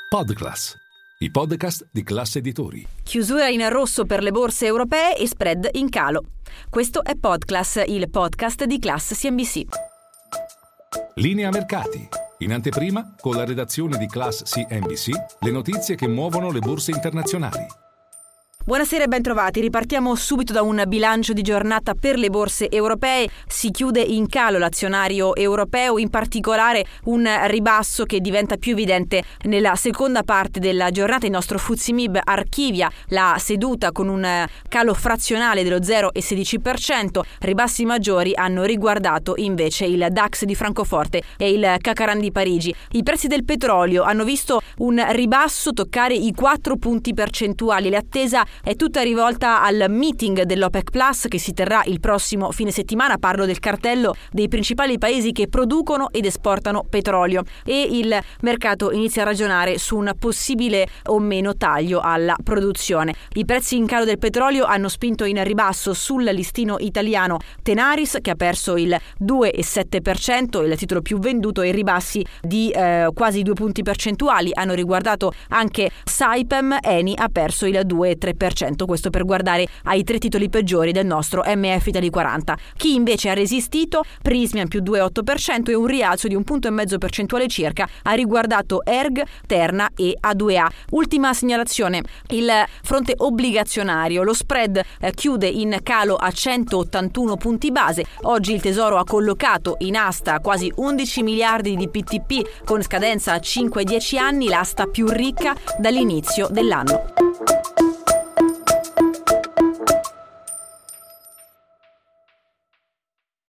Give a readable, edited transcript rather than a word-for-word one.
Podclass, i podcast di Class Editori. Chiusura in rosso per le borse europee e spread in calo. Questo è Podclass, il podcast di Class CNBC. Linea mercati. In anteprima, con la redazione di Class CNBC, le notizie che muovono le borse internazionali. Buonasera e ben trovati. Ripartiamo subito da un bilancio di giornata per le borse europee. Si chiude in calo l'azionario europeo, in particolare un ribasso che diventa più evidente nella seconda parte della giornata. Il nostro FTSE MIB archivia la seduta con un calo frazionale dello 0,16%. Ribassi maggiori hanno riguardato invece il DAX di Francoforte e il CAC 40 di Parigi. I prezzi del petrolio hanno visto un ribasso toccare i 4 punti percentuali. L'attesa è tutta rivolta al meeting dell'OPEC Plus che si terrà il prossimo fine settimana. Parlo del cartello dei principali paesi che producono ed esportano petrolio, e il mercato inizia a ragionare su un possibile o meno taglio alla produzione. I prezzi in calo del petrolio hanno spinto in ribasso sul listino italiano Tenaris, che ha perso il 2,7%, il titolo più venduto, e i ribassi di quasi 2 punti percentuali hanno riguardato anche Saipem. Eni ha perso il 2,3%. Questo per guardare ai 3 titoli peggiori del nostro MF Italy 40. Chi invece ha resistito, Prysmian più 2,8% e un rialzo di 1,5 punti percentuale circa, ha riguardato Erg, Terna e A2A. Ultima segnalazione: il fronte obbligazionario, lo spread chiude in calo a 181 punti base. Oggi il Tesoro ha collocato in asta quasi 11 miliardi di BTP con scadenza a 5-10 anni, l'asta più ricca dall'inizio dell'anno.